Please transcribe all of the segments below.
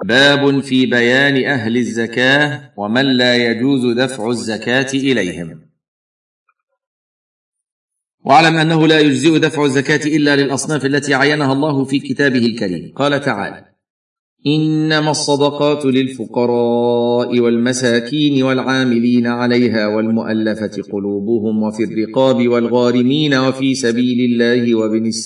باب في بيان أهل الزكاة ومن لا يجوز دفع الزكاة إليهم. واعلم أنه لا يجزئ دفع الزكاة إلا للأصناف التي عينها الله في كتابه الكريم. قال تعالى: إنما الصدقات للفقراء والمساكين والعاملين عليها والمؤلفة قلوبهم وفي الرقاب والغارمين وفي سبيل الله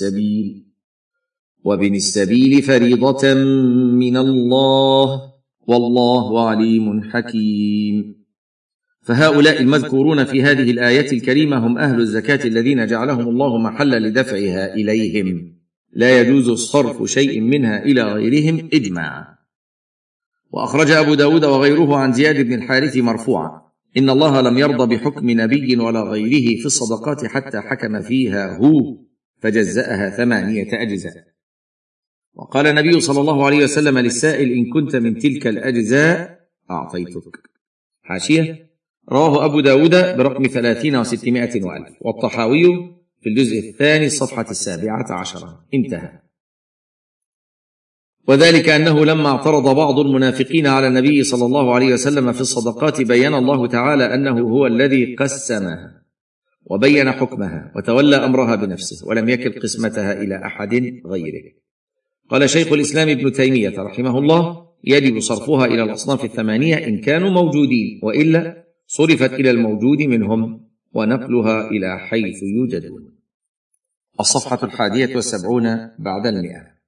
وابن السبيل فريضة من الله والله عليم حكيم. فهؤلاء المذكورون في هذه الآية الكريمة هم أهل الزكاة الذين جعلهم الله محلا لدفعها إليهم، لا يجوز صرف شيء منها إلى غيرهم إجماعا. وأخرج أبو داود وغيره عن زياد بن الحارث مرفوعا: إن الله لم يرضى بحكم نبي ولا غيره في الصدقات حتى حكم فيها هو فجزأها 8 أجزاء. وقال النبي صلى الله عليه وسلم للسائل: إن كنت من تلك الأجزاء أعطيتك. حاشية: رواه أبو داود برقم 30 و600 وألف، والطحاوي في الجزء الثاني الصفحة 17. انتهى. وذلك أنه لما اعترض بعض المنافقين على النبي صلى الله عليه وسلم في الصدقات بيّن الله تعالى أنه هو الذي قسمها وبين حكمها وتولى أمرها بنفسه ولم يكل قسمتها إلى أحد غيره. قال شيخ الإسلام ابن تيمية رحمه الله: يجب صرفها إلى الأصناف 8 إن كانوا موجودين، وإلا صرفت إلى الموجود منهم ونقلها إلى حيث يوجدون. الصفحة 71 بعد 100.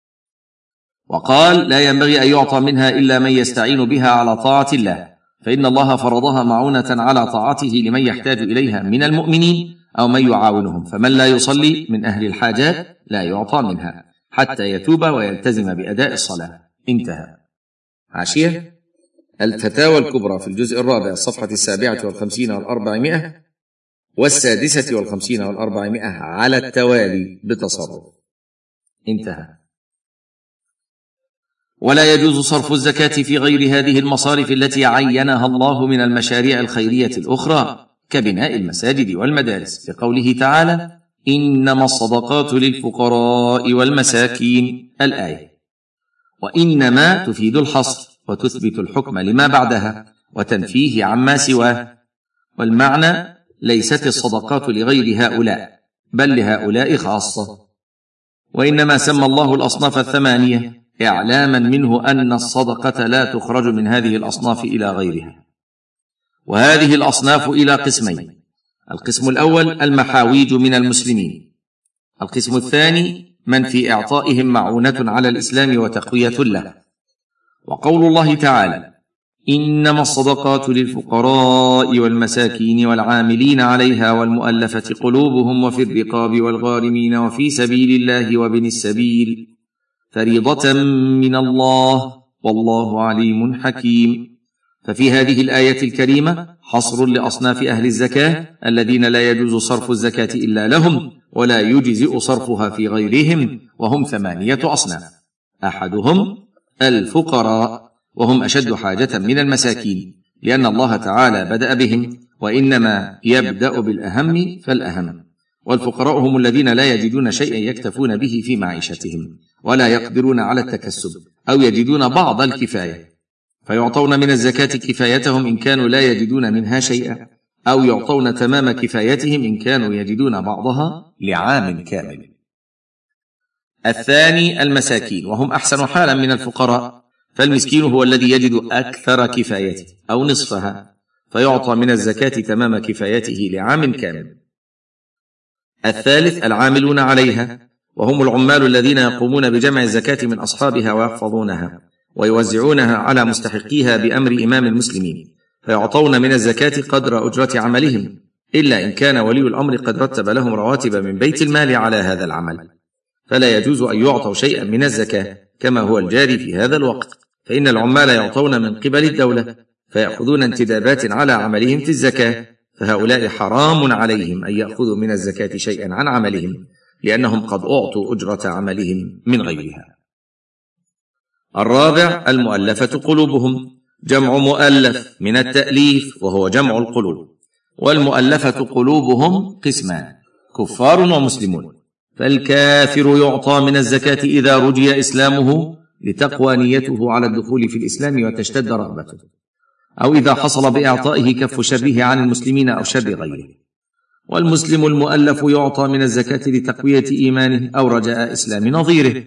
وقال: لا ينبغي أن يعطى منها إلا من يستعين بها على طاعة الله، فإن الله فرضها معونة على طاعته لمن يحتاج إليها من المؤمنين أو من يعاونهم، فمن لا يصلي من أهل الحاجات لا يعطى منها حتى يتوب ويلتزم بأداء الصلاة. انتهى. حاشية: الفتاوى الكبرى في الجزء الرابع الصفحة 57 و400 والسادسة 50 و400 على التوالي بتصرف. انتهى. ولا يجوز صرف الزكاة في غير هذه المصارف التي عينها الله من المشاريع الخيرية الأخرى كبناء المساجد والمدارس، لقوله تعالى: إنما الصدقات للفقراء والمساكين، الآية. وإنما تفيد الحصر وتثبت الحكم لما بعدها وتنفيه عما سواه، والمعنى ليست الصدقات لغير هؤلاء بل لهؤلاء خاصة. وإنما سمى الله الأصناف 8 إعلاما منه أن الصدقة لا تخرج من هذه الأصناف إلى غيرها. وهذه الأصناف إلى قسمين: القسم الأول المحاويج من المسلمين، القسم الثاني من في إعطائهم معونة على الإسلام وتقوية له. وقول الله تعالى: إنما الصدقات للفقراء والمساكين والعاملين عليها والمؤلفة قلوبهم وفي الرقاب والغارمين وفي سبيل الله وابن السبيل فريضة من الله والله عليم حكيم. ففي هذه الآية الكريمة حصر لأصناف أهل الزكاة الذين لا يجوز صرف الزكاة إلا لهم ولا يجزئ صرفها في غيرهم، وهم 8 أصناف: أحدهم الفقراء، وهم أشد حاجة من المساكين، لأن الله تعالى بدأ بهم، وإنما يبدأ بالأهم فالأهم. والفقراء هم الذين لا يجدون شيئا يكتفون به في معيشتهم ولا يقدرون على التكسب أو يجدون بعض الكفاية، فيعطون من الزكاة كفايتهم إن كانوا لا يجدون منها شيئا، أو يعطون تمام كفايتهم إن كانوا يجدون بعضها لعام كامل. الثاني المساكين، وهم أحسن حالا من الفقراء، فالمسكين هو الذي يجد أكثر كفايته أو نصفها فيعطى من الزكاة تمام كفايته لعام كامل. الثالث العاملون عليها، وهم العمال الذين يقومون بجمع الزكاة من أصحابها ويحفظونها ويوزعونها على مستحقيها بأمر إمام المسلمين، فيعطون من الزكاة قدر أجرة عملهم، إلا إن كان ولي الأمر قد رتب لهم رواتب من بيت المال على هذا العمل، فلا يجوز أن يعطوا شيئا من الزكاة كما هو الجاري في هذا الوقت، فإن العمال يعطون من قبل الدولة فيأخذون انتدابات على عملهم في الزكاة، فهؤلاء حرام عليهم أن يأخذوا من الزكاة شيئا عن عملهم، لأنهم قد أعطوا أجرة عملهم من غيرها. الرابع المؤلفة قلوبهم، جمع مؤلف من التأليف وهو جمع القلوب. والمؤلفة قلوبهم قسمان: كفار ومسلمون. فالكافر يعطى من الزكاة إذا رجي إسلامه لتقوى نيته على الدخول في الإسلام وتشتد رغبته، أو إذا حصل بإعطائه كف شره عن المسلمين أو شر غيره. والمسلم المؤلف يعطى من الزكاة لتقوية إيمانه أو رجاء إسلام نظيره،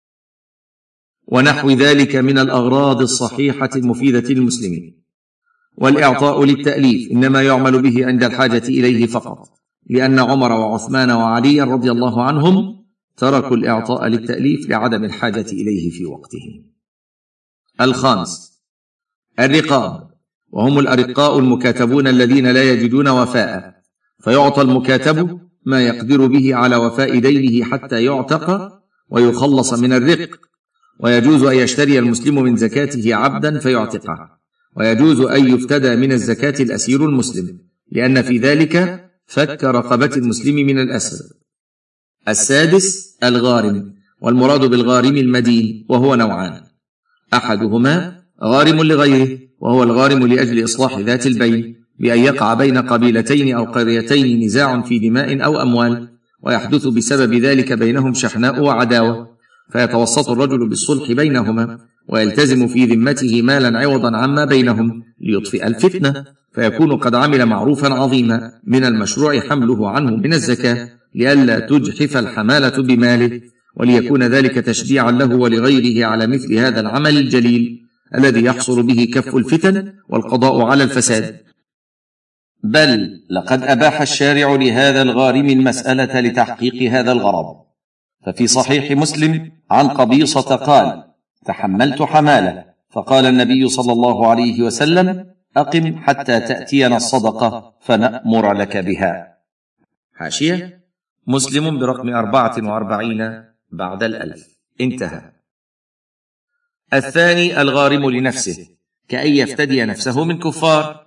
ونحو ذلك من الأغراض الصحيحة المفيدة للمسلمين. والإعطاء للتأليف إنما يعمل به عند الحاجة إليه فقط، لأن عمر وعثمان وعليا رضي الله عنهم تركوا الإعطاء للتأليف لعدم الحاجة إليه في وقته. الخامس الرقاب، وهم الأرقاء المكاتبون الذين لا يجدون وفاء، فيعطى المكاتب ما يقدر به على وفاء دينه حتى يعتق ويخلص من الرق. ويجوز أن يشتري المسلم من زكاته عبدا فيعتقه، ويجوز أن يفتدى من الزكاة الأسير المسلم، لأن في ذلك فك رقبة المسلم من الأسر. السادس الغارم، والمراد بالغارم المدين، وهو نوعان: أحدهما غارم لغيره، وهو الغارم لأجل إصلاح ذات البين، بأن يقع بين قبيلتين أو قريتين نزاع في دماء أو أموال، ويحدث بسبب ذلك بينهم شحناء وعداوة، فيتوسط الرجل بالصلح بينهما، ويلتزم في ذمته مالا عوضا عما بينهم ليطفئ الفتنة، فيكون قد عمل معروفا عظيما من المشروع حمله عنه من الزكاة، لئلا تجحف الحمالة بماله، وليكون ذلك تشجيعا له ولغيره على مثل هذا العمل الجليل الذي يحصل به كف الفتن والقضاء على الفساد. بل لقد أباح الشارع لهذا الغارم المسألة لتحقيق هذا الغرض. ففي صحيح مسلم عن قبيصة قال: تحملت حمالة، فقال النبي صلى الله عليه وسلم: أقم حتى تأتينا الصدقة فنأمر لك بها. حاشية: مسلم برقم 44 بعد 1000. انتهى. الثاني الغارم لنفسه، كأن يفتدي نفسه من كفار،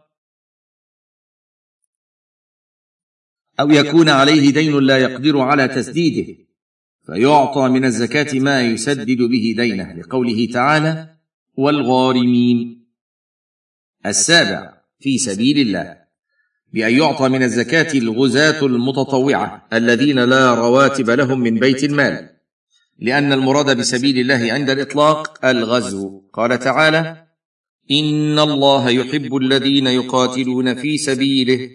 أو يكون عليه دين لا يقدر على تسديده، فيعطى من الزكاة ما يسدد به دينه، لقوله تعالى: والغارمين. السابع في سبيل الله، بأن يعطى من الزكاة الغزاة المتطوعة الذين لا رواتب لهم من بيت المال، لأن المراد بسبيل الله عند الإطلاق الغزو. قال تعالى: إن الله يحب الذين يقاتلون في سبيله.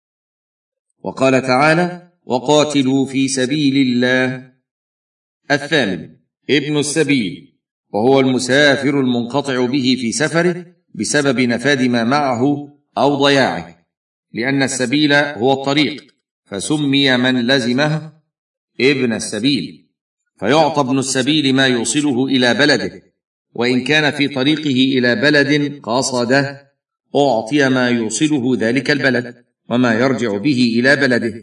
وقال تعالى: وقاتلوا في سبيل الله. الثامن ابن السبيل، وهو المسافر المنقطع به في سفره بسبب نفاد ما معه أو ضياعه، لأن السبيل هو الطريق، فسمي من لزمه ابن السبيل. فيعطى ابن السبيل ما يوصله إلى بلده، وإن كان في طريقه إلى بلد قصده أعطي ما يوصله ذلك البلد وما يرجع به إلى بلده.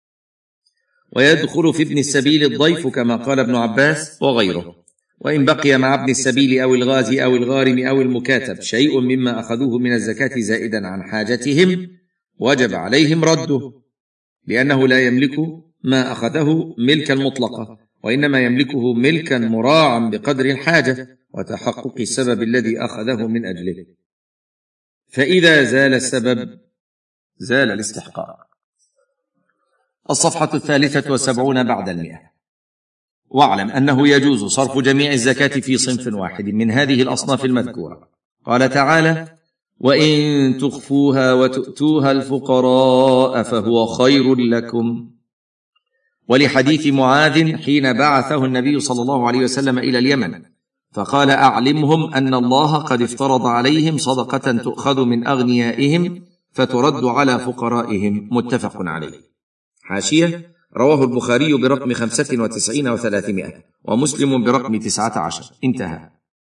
ويدخل في ابن السبيل الضيف كما قال ابن عباس وغيره. وإن بقي مع ابن السبيل أو الغازي أو الغارم أو المكاتب شيء مما أخذوه من الزكاة زائدا عن حاجتهم وجب عليهم رده، لأنه لا يملك ما أخذه ملكا مطلقا، وإنما يملكه ملكا مراعا بقدر الحاجة وتحقق السبب الذي أخذه من أجله. فإذا زال السبب زال الاستحقاق. الصفحة 73 بعد 100. واعلم أنه يجوز صرف جميع الزكاة في صنف واحد من هذه الأصناف المذكورة. قال تعالى: وإن تخفوها وتؤتوها الفقراء فهو خير لكم. ولحديث معاذ حين بعثه النبي صلى الله عليه وسلم إلى اليمن فقال: أعلمهم أن الله قد افترض عليهم صدقة تؤخذ من أغنيائهم فترد على فقرائهم. متفق عليه. حاشية: رواه البخاري برقم 95 و300، ومسلم برقم 19. انتهى.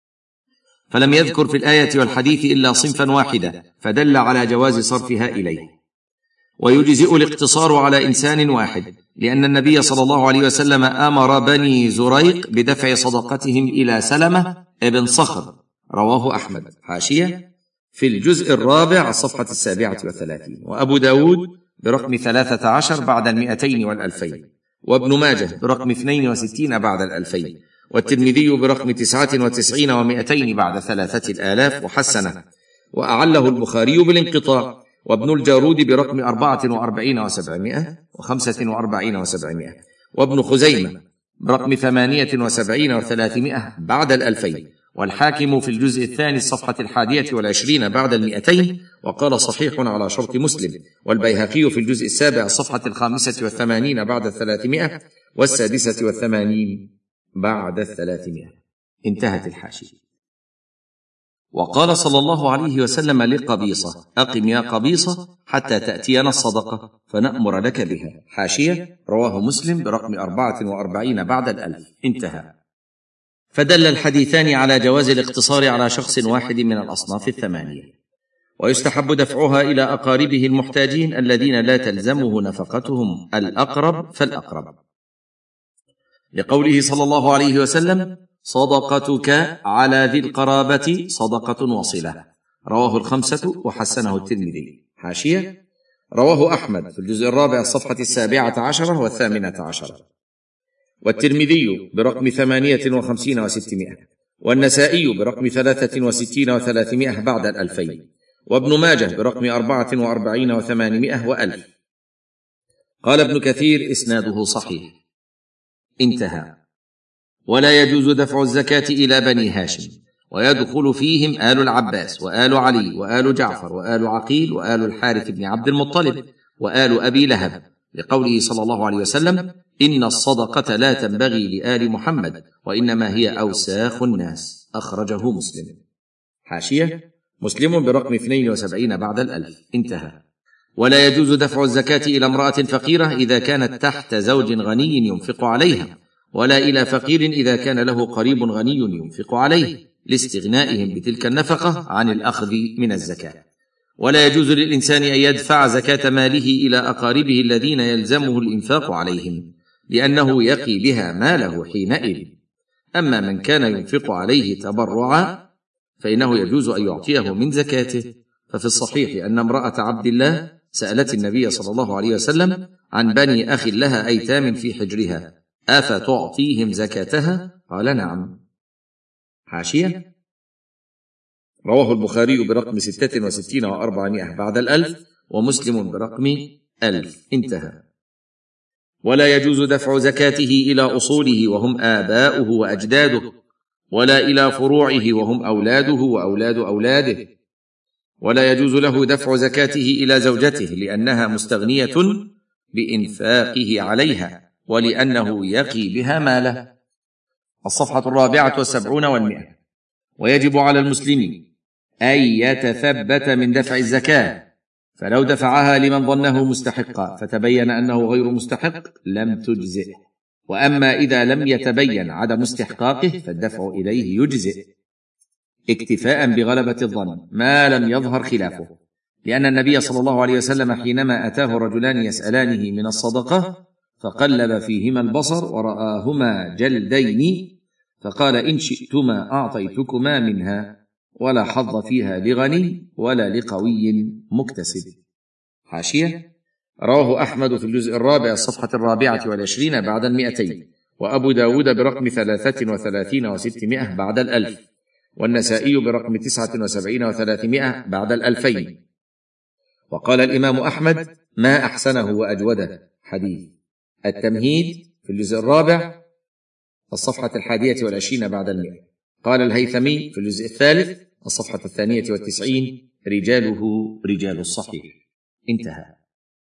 فلم يذكر في الآية والحديث إلا صنفا واحدا، فدل على جواز صرفها إليه. ويجزئ الاقتصار على إنسان واحد، لأن النبي صلى الله عليه وسلم أمر بني زريق بدفع صدقتهم إلى سلمة ابن صخر. رواه أحمد. حاشية: في الجزء الرابع الصفحة 37، وأبو داود برقم 13 بعد 200 و2000، وابن ماجه برقم 62 بعد 2000، والترمذي برقم 99 و200 بعد 3000 وحسنه، وأعله البخاري بالانقطاع، وابن الجارود برقم 44 و700 و45 و700، وابن خزيمة برقم 78 و300 بعد 2000، والحاكم في الجزء الثاني الصفحة 21 بعد 200 وقال صحيح على شرط مسلم، والبيهقي في الجزء السابع الصفحة 85 بعد 300 و86 بعد 300. انتهت الحاشية. وقال صلى الله عليه وسلم لقبيصة: أقم يا قبيصة حتى تأتينا الصدقة فنأمر لك بها. حاشية: رواه مسلم برقم 44 بعد 1000. انتهى. فدل الحديثان على جواز الاقتصار على شخص واحد من الأصناف الثمانية، ويستحب دفعها إلى أقاربه المحتاجين الذين لا تلزمه نفقتهم الأقرب فالأقرب، لقوله صلى الله عليه وسلم: صدقتك على ذي القرابة صدقة وصلة. رواه الخمسة وحسنه الترمذي. حاشية: رواه أحمد في الجزء الرابع الصفحة 17 و18، والترمذي برقم 58 و600، والنسائي برقم 63 و300 بعد 2000، وابن ماجه برقم 44 و800 و1000. قال ابن كثير: إسناده صحيح. انتهى. ولا يجوز دفع الزكاة إلى بني هاشم، ويدخل فيهم آل العباس وآل علي وآل جعفر وآل عقيل وآل الحارث بن عبد المطلب وآل أبي لهب، لقوله صلى الله عليه وسلم: إن الصدقة لا تنبغي لآل محمد وإنما هي أوساخ الناس. أخرجه مسلم. حاشية: مسلم برقم 72 بعد 1000. انتهى. ولا يجوز دفع الزكاة إلى امرأة فقيرة إذا كانت تحت زوج غني ينفق عليها، ولا إلى فقير إذا كان له قريب غني ينفق عليه، لاستغنائهم بتلك النفقة عن الأخذ من الزكاة. ولا يجوز للإنسان أن يدفع زكاة ماله إلى أقاربه الذين يلزمه الإنفاق عليهم، لأنه يقي بها ماله حينئذ. أما من كان ينفق عليه تبرعا فإنه يجوز أن يعطيه من زكاته. ففي الصحيح أن امرأة عبد الله سألت النبي صلى الله عليه وسلم عن بني أخ لها أيتام في حجرها: أفتعطيهم زكاتها؟ قال: نعم. حاشية: رواه البخاري برقم 66 و400 بعد 1000، ومسلم برقم 1000. انتهى. ولا يجوز دفع زكاته إلى أصوله وهم آباؤه وأجداده، ولا إلى فروعه وهم أولاده وأولاد أولاده. ولا يجوز له دفع زكاته إلى زوجته لأنها مستغنية بإنفاقه عليها، ولأنه يقي بها ماله. الصفحة 74 و100. ويجب على المسلمين أن يتثبت من دفع الزكاة، فلو دفعها لمن ظنه مستحقا فتبين أنه غير مستحق لم تجزئ، وأما إذا لم يتبين عدم استحقاقه فالدفع إليه يجزئ، اكتفاء بغلبة الظن ما لم يظهر خلافه، لأن النبي صلى الله عليه وسلم حينما أتاه رجلان يسألانه من الصدقة فقلب فيهما البصر ورآهما جلدين، فقال: إن شئتما أعطيتكما منها، ولا حظ فيها لغني ولا لقوي مكتسب. حاشية: رواه أحمد في الجزء الرابع الصفحة 24 بعد 200، وأبو داود برقم 33 و600 بعد 1000، والنسائي برقم 79 و300 بعد 2000. وقال الإمام أحمد: ما أحسنه وأجوده حديث التمهيد في الجزء الرابع الصفحة 21 بعد 100. قال الهيثمي في الجزء الثالث الصفحة 92: رجاله رجال الصحيح. انتهى.